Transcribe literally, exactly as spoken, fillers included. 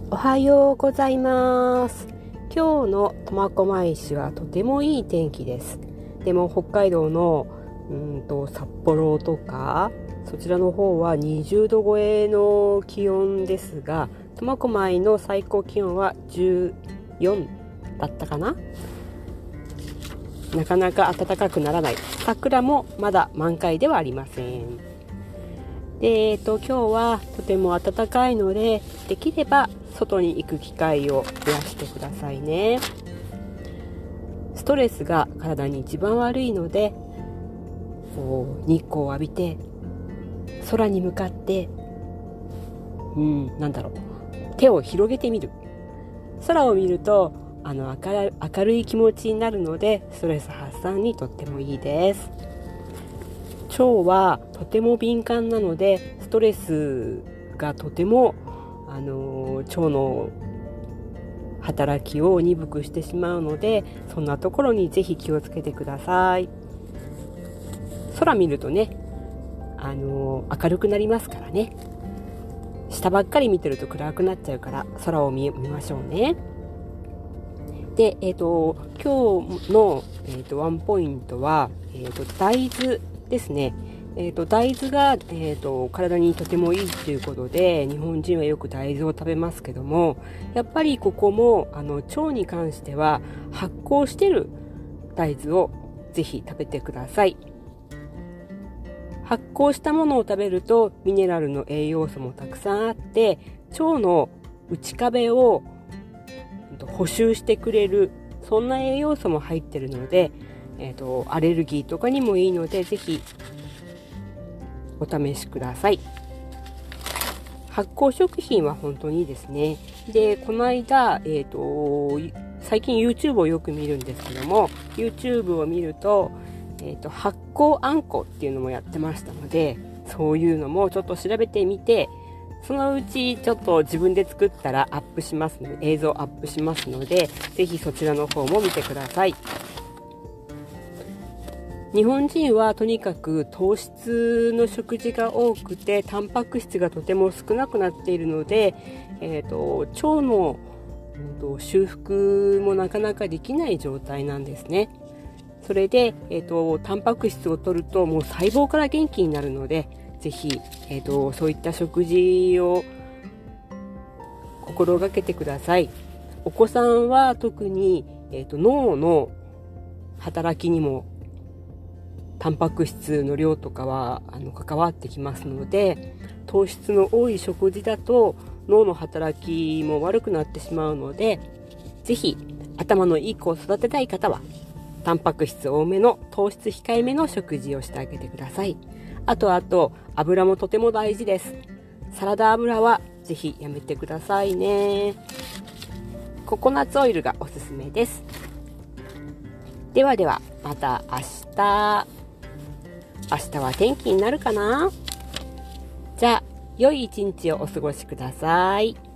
おはようございます。今日の苫小牧市はとてもいい天気です。でも北海道のうんと札幌とかそちらの方はにじゅうど超えの気温ですが、苫小牧の最高気温はじゅうよんだったかな。なかなか暖かくならない。桜もまだ満開ではありません。で、えっと、今日はとても暖かいので、できれば外に行く機会を増やしてくださいね。ストレスが体に一番悪いので、こう日光を浴びて空に向かって、うん、なんだろう、手を広げてみる。空を見るとあの 明る、明るい気持ちになるので、ストレス発散にとってもいいです。腸はとても敏感なので、ストレスがとても、あの腸の働きを鈍くしてしまうので、そんなところにぜひ気をつけてください。空見るとね、あの明るくなりますからね。下ばっかり見てると暗くなっちゃうから、空を 見, 見ましょうね。で、えーと、今日の、えーと、ワンポイントは、えーと、大豆ですね。えーと、大豆が、えーと、体にとてもいいということで、日本人はよく大豆を食べますけども、やっぱりここもあの腸に関しては発酵している大豆をぜひ食べてください。発酵したものを食べるとミネラルの栄養素もたくさんあって、腸の内壁を補修してくれる、そんな栄養素も入っているので、えーと、アレルギーとかにもいいので、ぜひお試しください。発酵食品は本当にいいですね。で、この間、えーと、最近 YouTube をよく見るんですけども、 YouTube を見ると、えーと、発酵あんこっていうのもやってましたので、そういうのもちょっと調べてみて、そのうちちょっと自分で作ったらアップしますので、映像アップしますので、ぜひそちらの方も見てください。日本人はとにかく糖質の食事が多くて、タンパク質がとても少なくなっているので、えーと、腸の、うんと、修復もなかなかできない状態なんですね。それで、えーと、タンパク質を取るともう細胞から元気になるので、ぜひ、えーと、そういった食事を心がけてください。お子さんは特に、えーと、脳の働きにもタンパク質の量とかはあの関わってきますので、糖質の多い食事だと脳の働きも悪くなってしまうので、ぜひ頭のいい子を育てたい方はタンパク質多めの糖質控えめの食事をしてあげてください。あとあと油もとても大事です。サラダ油はぜひやめてくださいね。ココナッツオイルがおすすめです。ではでは、また明日。明日は天気になるかな？じゃあ良い一日をお過ごしください。